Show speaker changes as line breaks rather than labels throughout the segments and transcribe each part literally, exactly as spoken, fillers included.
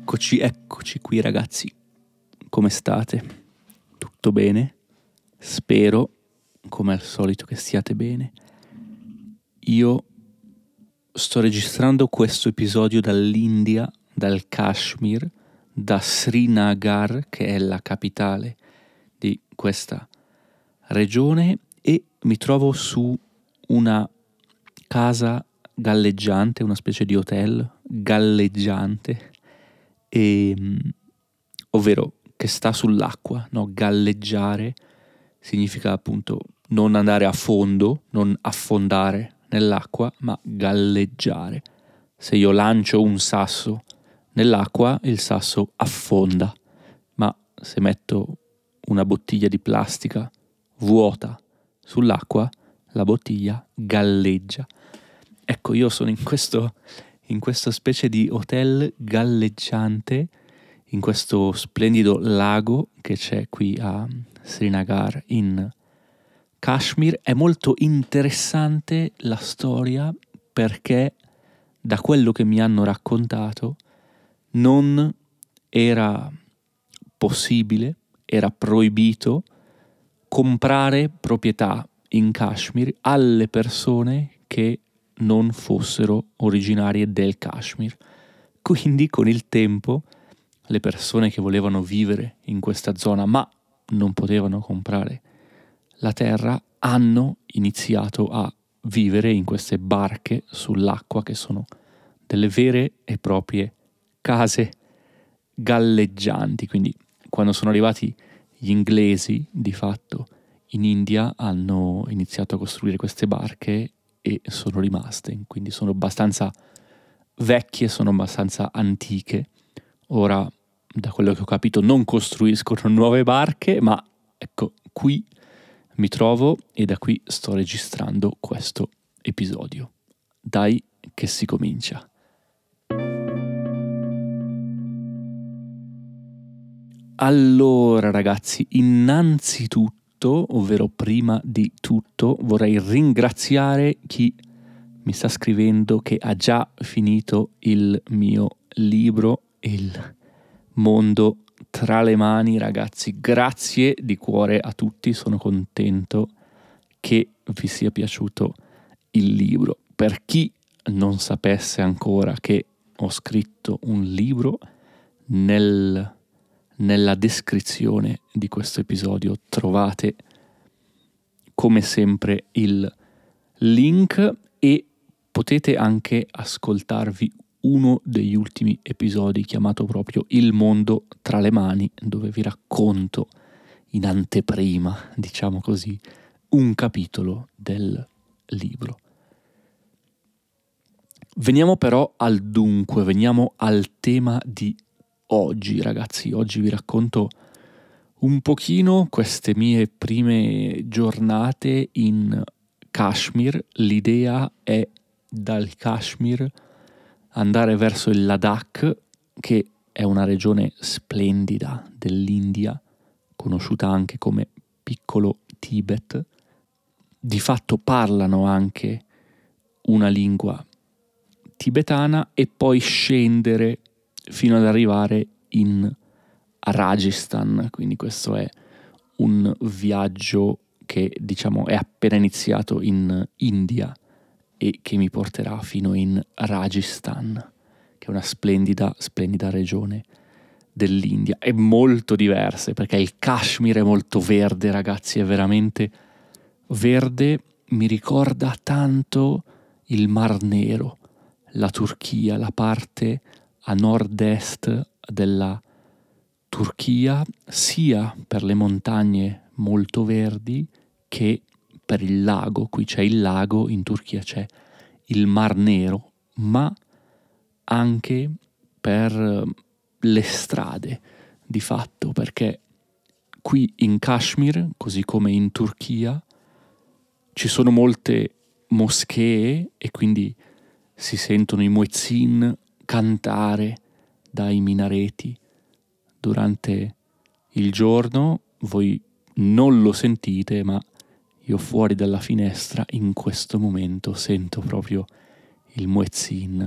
Eccoci, eccoci qui ragazzi. Come state? Tutto bene? Spero, come al solito, che stiate bene. Io sto registrando questo episodio dall'India, dal Kashmir, da Srinagar, che è la capitale di questa regione, e mi trovo su una casa galleggiante, una specie di hotel galleggiante, e, ovvero che sta sull'acqua, no? Galleggiare significa appunto non andare a fondo, non affondare nell'acqua, ma galleggiare. Se io lancio un sasso nell'acqua, il sasso affonda, ma se metto una bottiglia di plastica vuota sull'acqua, la bottiglia galleggia. Ecco, io sono in questo in questa specie di hotel galleggiante, in questo splendido lago che c'è qui a Srinagar in Kashmir. È molto interessante la storia perché, da quello che mi hanno raccontato, non era possibile, era proibito comprare proprietà in Kashmir alle persone che non fossero originarie del Kashmir. Quindi con il tempo le persone che volevano vivere in questa zona ma non potevano comprare la terra hanno iniziato a vivere in queste barche sull'acqua, che sono delle vere e proprie case galleggianti. Quindi quando sono arrivati gli inglesi, di fatto in India hanno iniziato a costruire queste barche e sono rimaste, quindi sono abbastanza vecchie, sono abbastanza antiche. Ora, da quello che ho capito, non costruiscono nuove barche, ma ecco, qui mi trovo e da qui sto registrando questo episodio. Dai che si comincia. Allora ragazzi, innanzitutto, ovvero prima di tutto, vorrei ringraziare chi mi sta scrivendo che ha già finito il mio libro, Il mondo tra le mani. Ragazzi, grazie di cuore a tutti, sono contento che vi sia piaciuto il libro. Per chi non sapesse ancora che ho scritto un libro, nel Nella descrizione di questo episodio trovate come sempre il link e potete anche ascoltarvi uno degli ultimi episodi chiamato proprio Il mondo tra le mani, dove vi racconto in anteprima, diciamo così, un capitolo del libro. Veniamo però al dunque, veniamo al tema di oggi, ragazzi. Oggi vi racconto un pochino queste mie prime giornate in Kashmir. L'idea è dal Kashmir andare verso il Ladakh, che è una regione splendida dell'India, conosciuta anche come piccolo Tibet. Di fatto parlano anche una lingua tibetana, e poi scendere fino ad arrivare in Rajasthan. Quindi questo è un viaggio che, diciamo, è appena iniziato in India e che mi porterà fino in Rajasthan, che è una splendida, splendida regione dell'India. È molto diversa perché il Kashmir è molto verde, ragazzi, è veramente verde. Mi ricorda tanto il Mar Nero, la Turchia, la parte a nord-est della Turchia, sia per le montagne molto verdi che per il lago. Qui c'è il lago, in Turchia c'è il Mar Nero, ma anche per le strade, di fatto, perché qui in Kashmir, così come in Turchia, ci sono molte moschee e quindi si sentono i muezzin cantare dai minareti durante il giorno. Voi non lo sentite, ma io fuori dalla finestra in questo momento sento proprio il muezzin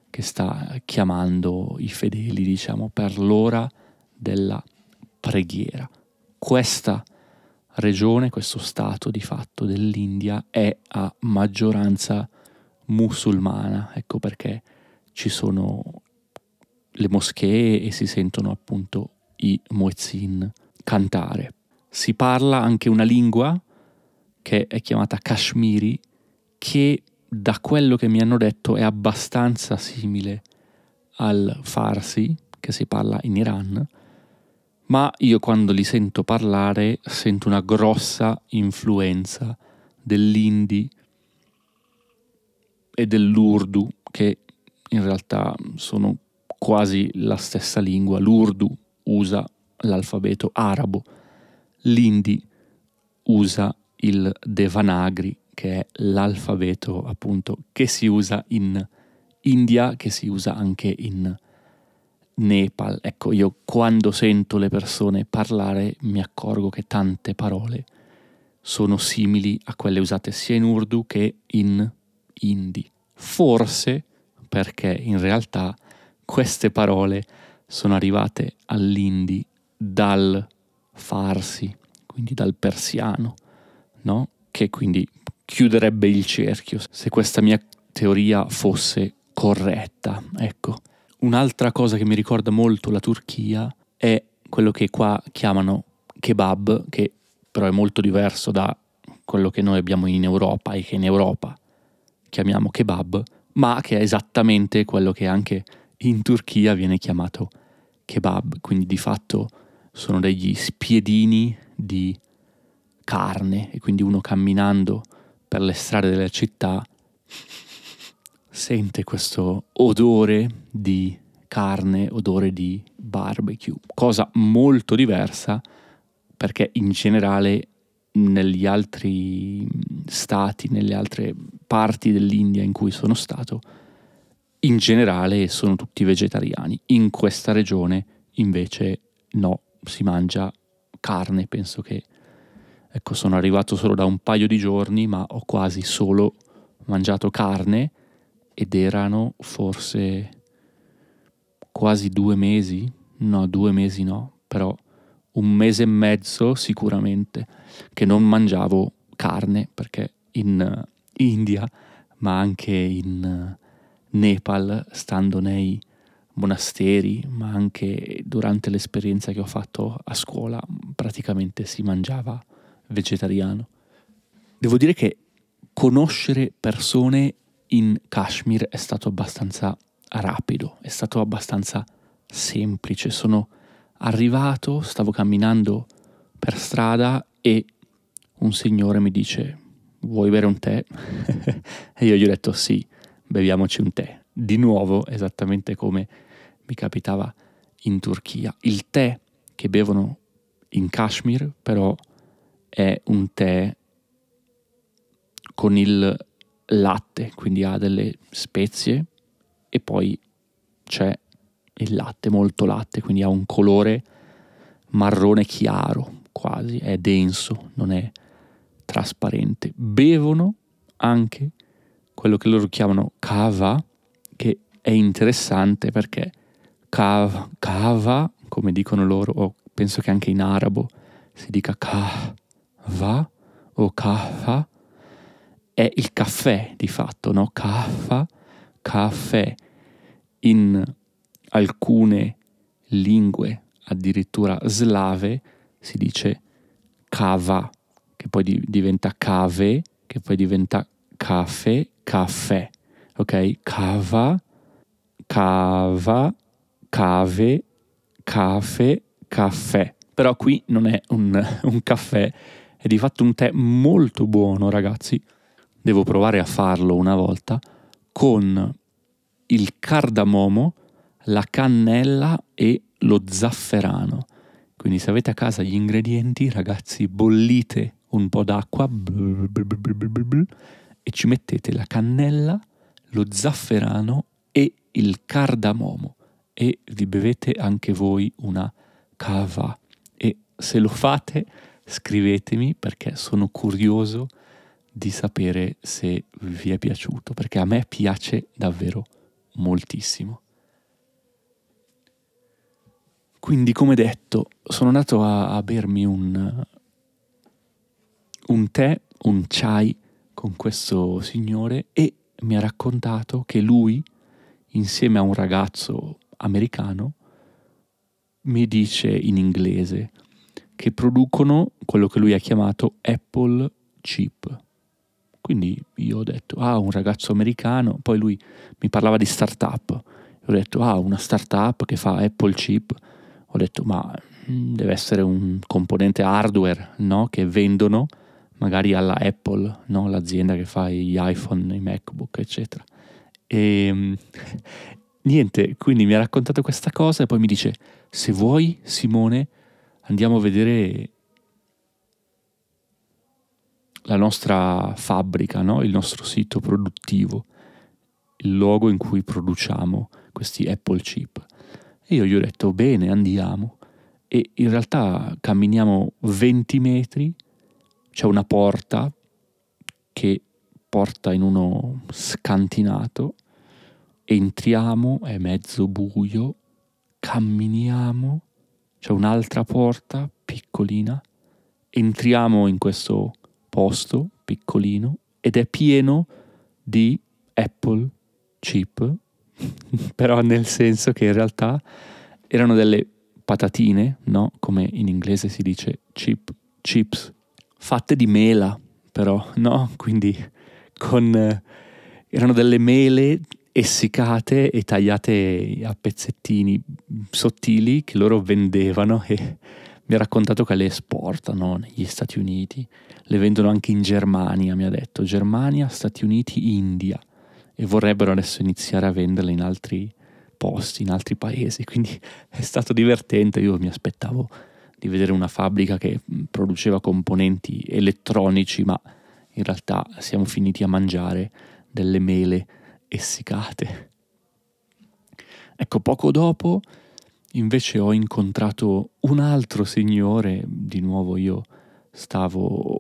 che sta chiamando i fedeli, diciamo, per l'ora della preghiera. Questa regione, questo stato di fatto dell'India è a maggioranza musulmana, ecco perché ci sono le moschee e si sentono appunto i muezzin cantare. Si parla anche una lingua che è chiamata Kashmiri, che da quello che mi hanno detto è abbastanza simile al Farsi che si parla in Iran, ma io quando li sento parlare sento una grossa influenza dell'Hindi e dell'Urdu, che in realtà sono quasi la stessa lingua. L'Urdu usa l'alfabeto arabo, l'Hindi usa il Devanagari, che è l'alfabeto appunto che si usa in India, che si usa anche in Nepal. Ecco, io quando sento le persone parlare mi accorgo che tante parole sono simili a quelle usate sia in Urdu che in Hindi. Forse perché in realtà queste parole sono arrivate all'Hindi dal Farsi, quindi dal persiano, no? Che quindi chiuderebbe il cerchio se questa mia teoria fosse corretta, ecco. Un'altra cosa che mi ricorda molto la Turchia è quello che qua chiamano kebab, che però è molto diverso da quello che noi abbiamo in Europa e che in Europa chiamiamo kebab, ma che è esattamente quello che anche in Turchia viene chiamato kebab, quindi di fatto sono degli spiedini di carne e quindi uno camminando per le strade della città sente questo odore di carne, odore di barbecue, cosa molto diversa perché in generale negli altri stati, nelle altre parti dell'India in cui sono stato, in generale sono tutti vegetariani. In questa regione invece no, si mangia carne. Penso che, ecco, sono arrivato solo da un paio di giorni, ma ho quasi solo mangiato carne ed erano forse quasi due mesi, no, due mesi no, però un mese e mezzo sicuramente che non mangiavo carne, perché in India, ma anche in Nepal, stando nei monasteri, ma anche durante l'esperienza che ho fatto a scuola, praticamente si mangiava vegetariano. Devo dire che conoscere persone in Kashmir è stato abbastanza rapido, è stato abbastanza semplice. Sono arrivato, stavo camminando per strada e un signore mi dice: vuoi bere un tè? E io gli ho detto sì, beviamoci un tè. Di nuovo, esattamente come mi capitava in Turchia. Il tè che bevono in Kashmir però è un tè con il latte, quindi ha delle spezie e poi c'è il latte, molto latte, quindi ha un colore marrone chiaro, quasi, è denso, non è trasparente. Bevono anche quello che loro chiamano kava, che è interessante perché kava, kava, come dicono loro, o penso che anche in arabo si dica kava o kaffa, è il caffè di fatto, no? Kaffa, caffè. In alcune lingue, addirittura slave, si dice kava, che poi di- diventa kave, che poi diventa caffè, caffè, ok? Kava, cava, cave, caffè, caffè. Però qui non è un, un caffè, è di fatto un tè molto buono, ragazzi. Devo provare a farlo una volta con il cardamomo, la cannella e lo zafferano. Quindi se avete a casa gli ingredienti, ragazzi, bollite un po' d'acqua e ci mettete la cannella, lo zafferano e il cardamomo e vi bevete anche voi una cava. E se lo fate scrivetemi, perché sono curioso di sapere se vi è piaciuto, perché a me piace davvero moltissimo. Quindi, come detto, sono andato a, a bermi un, un tè, un chai con questo signore e mi ha raccontato che lui, insieme a un ragazzo americano, mi dice in inglese che producono quello che lui ha chiamato Apple Chip. Quindi io ho detto, ah, un ragazzo americano, poi lui mi parlava di startup, ho detto, ah, una startup che fa Apple Chip, ho detto, ma mh, deve essere un componente hardware, no? Che vendono magari alla Apple, no? L'azienda che fa gli iPhone, i MacBook, eccetera. E mh, niente, quindi mi ha raccontato questa cosa e poi mi dice, se vuoi, Simone, andiamo a vedere la nostra fabbrica, no? Il nostro sito produttivo, il luogo in cui produciamo questi Apple Chip. E io gli ho detto, bene, andiamo. E in realtà camminiamo venti metri, c'è una porta che porta in uno scantinato, entriamo, è mezzo buio, camminiamo, c'è un'altra porta piccolina, entriamo in questo posto piccolino ed è pieno di Apple Chip, però nel senso che in realtà erano delle patatine, no? Come in inglese si dice chip, chips, fatte di mela, però, no? Quindi con eh, erano delle mele essiccate e tagliate a pezzettini sottili che loro vendevano e mi ha raccontato che le esportano negli Stati Uniti, le vendono anche in Germania, mi ha detto, Germania, Stati Uniti, India, e vorrebbero adesso iniziare a venderle in altri posti, in altri paesi, quindi è stato divertente. Io mi aspettavo di vedere una fabbrica che produceva componenti elettronici, ma in realtà siamo finiti a mangiare delle mele essiccate. Ecco, poco dopo invece ho incontrato un altro signore, di nuovo io stavo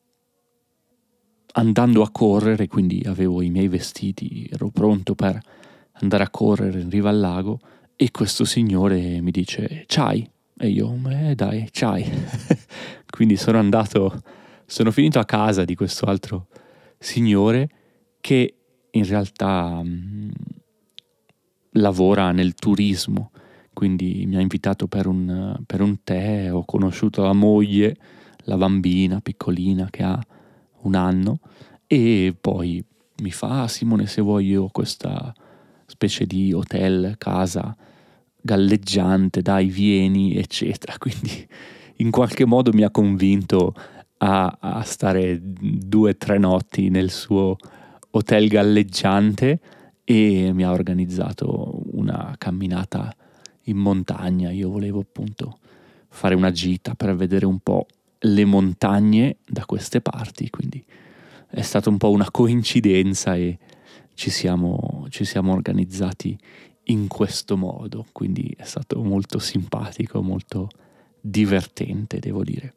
andando a correre, quindi avevo i miei vestiti, ero pronto per andare a correre in riva al lago e questo signore mi dice "Chai" e io "Eh dai, chai". Quindi sono andato, sono finito a casa di questo altro signore che in realtà mh, lavora nel turismo, quindi mi ha invitato per un, per un tè, ho conosciuto la moglie, la bambina piccolina che ha un anno e poi mi fa ah, Simone, se vuoi io ho questa specie di hotel, casa galleggiante, dai vieni eccetera, quindi in qualche modo mi ha convinto a, a stare due o tre notti nel suo hotel galleggiante e mi ha organizzato una camminata in montagna. Io volevo appunto fare una gita per vedere un po' le montagne da queste parti, quindi è stata un po' una coincidenza e ci siamo, ci siamo organizzati in questo modo, quindi è stato molto simpatico, molto divertente, devo dire.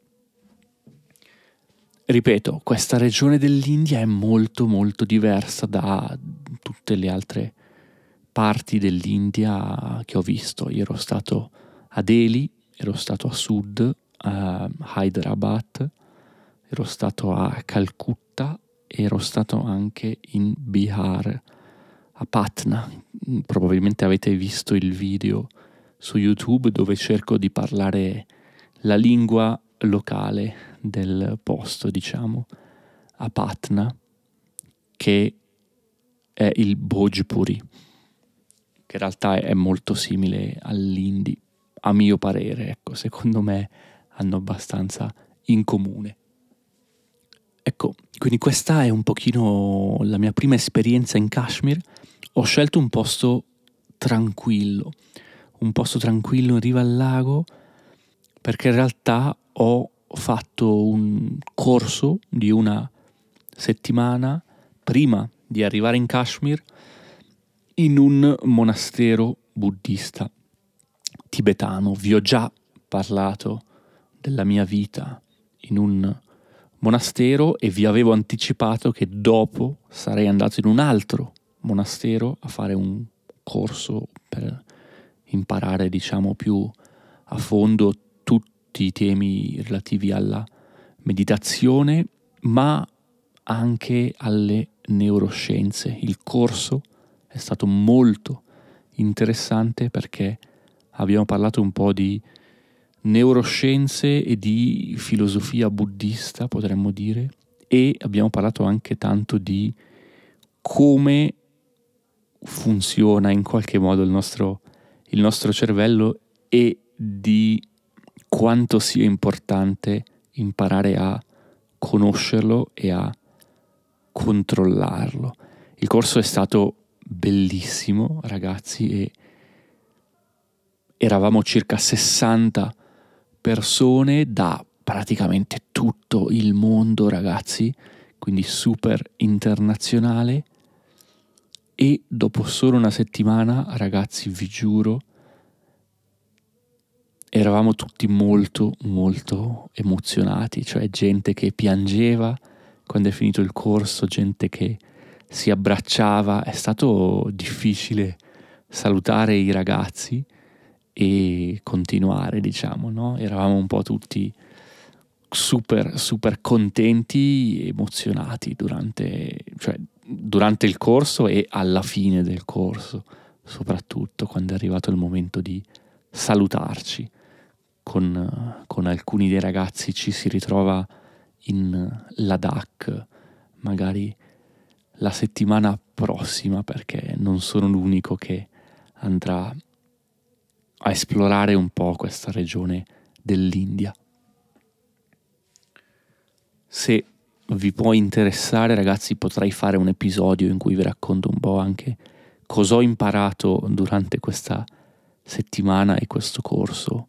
Ripeto, questa regione dell'India è molto molto diversa da tutte le altre parti dell'India che ho visto. Io ero stato a Delhi, ero stato a Sud, a Hyderabad, ero stato a Calcutta, ero stato anche in Bihar, a Patna. Probabilmente avete visto il video su YouTube dove cerco di parlare la lingua locale del posto, diciamo, a Patna, che è il Bhojpuri, che in realtà è molto simile all'Hindi, a mio parere, ecco, secondo me hanno abbastanza in comune. Ecco, quindi questa è un pochino la mia prima esperienza in Kashmir. Ho scelto un posto tranquillo, un posto tranquillo in riva al lago, perché in realtà ho fatto un corso di una settimana prima di arrivare in Kashmir in un monastero buddista tibetano. Vi ho già parlato della mia vita in un monastero e vi avevo anticipato che dopo sarei andato in un altro monastero a fare un corso per imparare, diciamo, più a fondo tutti i temi relativi alla meditazione, ma anche alle neuroscienze. Il corso è stato molto interessante perché abbiamo parlato un po' di neuroscienze e di filosofia buddista, potremmo dire, e abbiamo parlato anche tanto di come funziona in qualche modo il nostro, il nostro cervello e di quanto sia importante imparare a conoscerlo e a controllarlo. Il corso è stato bellissimo, ragazzi, e eravamo circa sessanta persone da praticamente tutto il mondo, ragazzi, quindi super internazionale. E dopo solo una settimana, ragazzi, vi giuro, eravamo tutti molto molto emozionati, cioè gente che piangeva quando è finito il corso, gente che si abbracciava. È stato difficile salutare i ragazzi e continuare, diciamo, no? Eravamo un po' tutti super super contenti, emozionati durante, cioè, durante il corso e alla fine del corso, soprattutto quando è arrivato il momento di salutarci. Con, con alcuni dei ragazzi ci si ritrova in Ladakh, magari la settimana prossima, perché non sono l'unico che andrà a esplorare un po' questa regione dell'India. Se vi può interessare, ragazzi, potrei fare un episodio in cui vi racconto un po' anche cosa ho imparato durante questa settimana e questo corso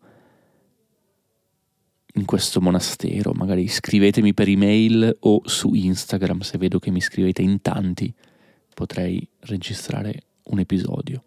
in questo monastero. Magari scrivetemi per email o su Instagram, se vedo che mi scrivete in tanti, potrei registrare un episodio.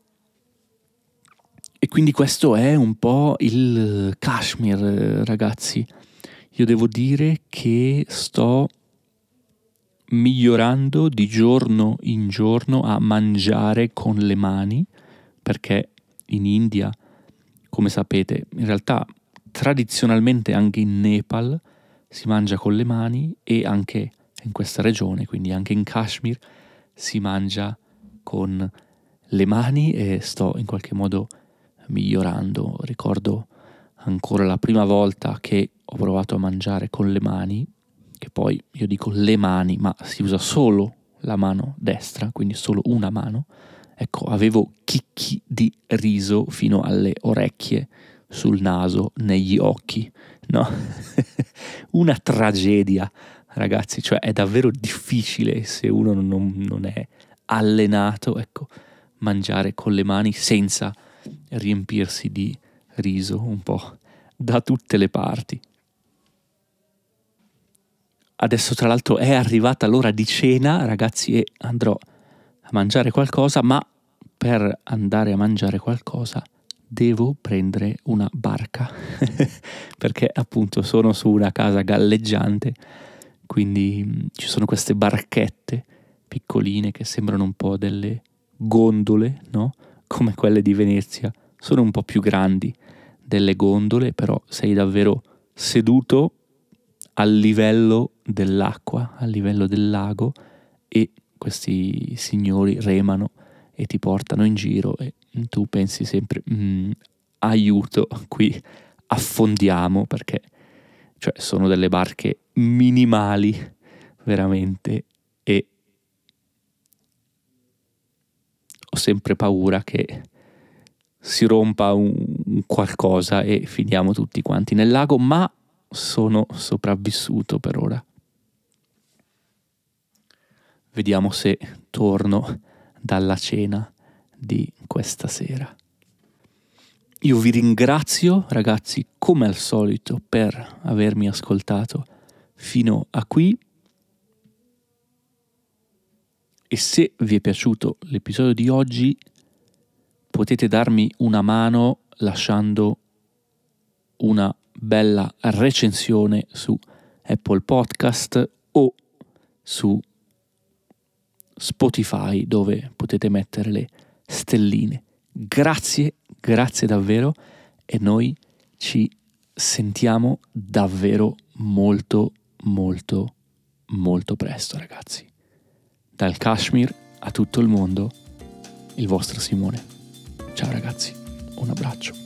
E quindi questo è un po' il Kashmir, ragazzi. Io devo dire che sto migliorando di giorno in giorno a mangiare con le mani, perché in India, come sapete, in realtà tradizionalmente anche in Nepal si mangia con le mani, e anche in questa regione, quindi anche in Kashmir, si mangia con le mani, e sto in qualche modo migliorando. Ricordo ancora la prima volta che ho provato a mangiare con le mani, che poi io dico le mani, ma si usa solo la mano destra, quindi solo una mano. Ecco, avevo chicchi di riso fino alle orecchie, sul naso, negli occhi, no? Una tragedia, ragazzi, cioè è davvero difficile, se uno non, non è allenato, ecco, mangiare con le mani senza riempirsi di riso un po' da tutte le parti. Adesso tra l'altro è arrivata l'ora di cena, ragazzi, e andrò a mangiare qualcosa, ma per andare a mangiare qualcosa devo prendere una barca perché appunto sono su una casa galleggiante, quindi mh, ci sono queste barchette piccoline che sembrano un po' delle gondole, no? Come quelle di Venezia, sono un po' più grandi delle gondole, però sei davvero seduto al livello dell'acqua, al livello del lago, e questi signori remano e ti portano in giro, e tu pensi sempre mm, aiuto, qui affondiamo, perché cioè sono delle barche minimali veramente, e ho sempre paura che si rompa un, un qualcosa e finiamo tutti quanti nel lago, ma sono sopravvissuto per ora. Vediamo se torno dalla cena di questa sera. Io vi ringrazio, ragazzi, come al solito, per avermi ascoltato fino a qui. E se vi è piaciuto l'episodio di oggi, potete darmi una mano lasciando una bella recensione su Apple Podcast o su Spotify, dove potete mettere le stelline. Grazie, grazie davvero, e noi ci sentiamo davvero molto, molto, molto presto, ragazzi. Dal Kashmir a tutto il mondo, il vostro Simone. Ciao ragazzi, un abbraccio.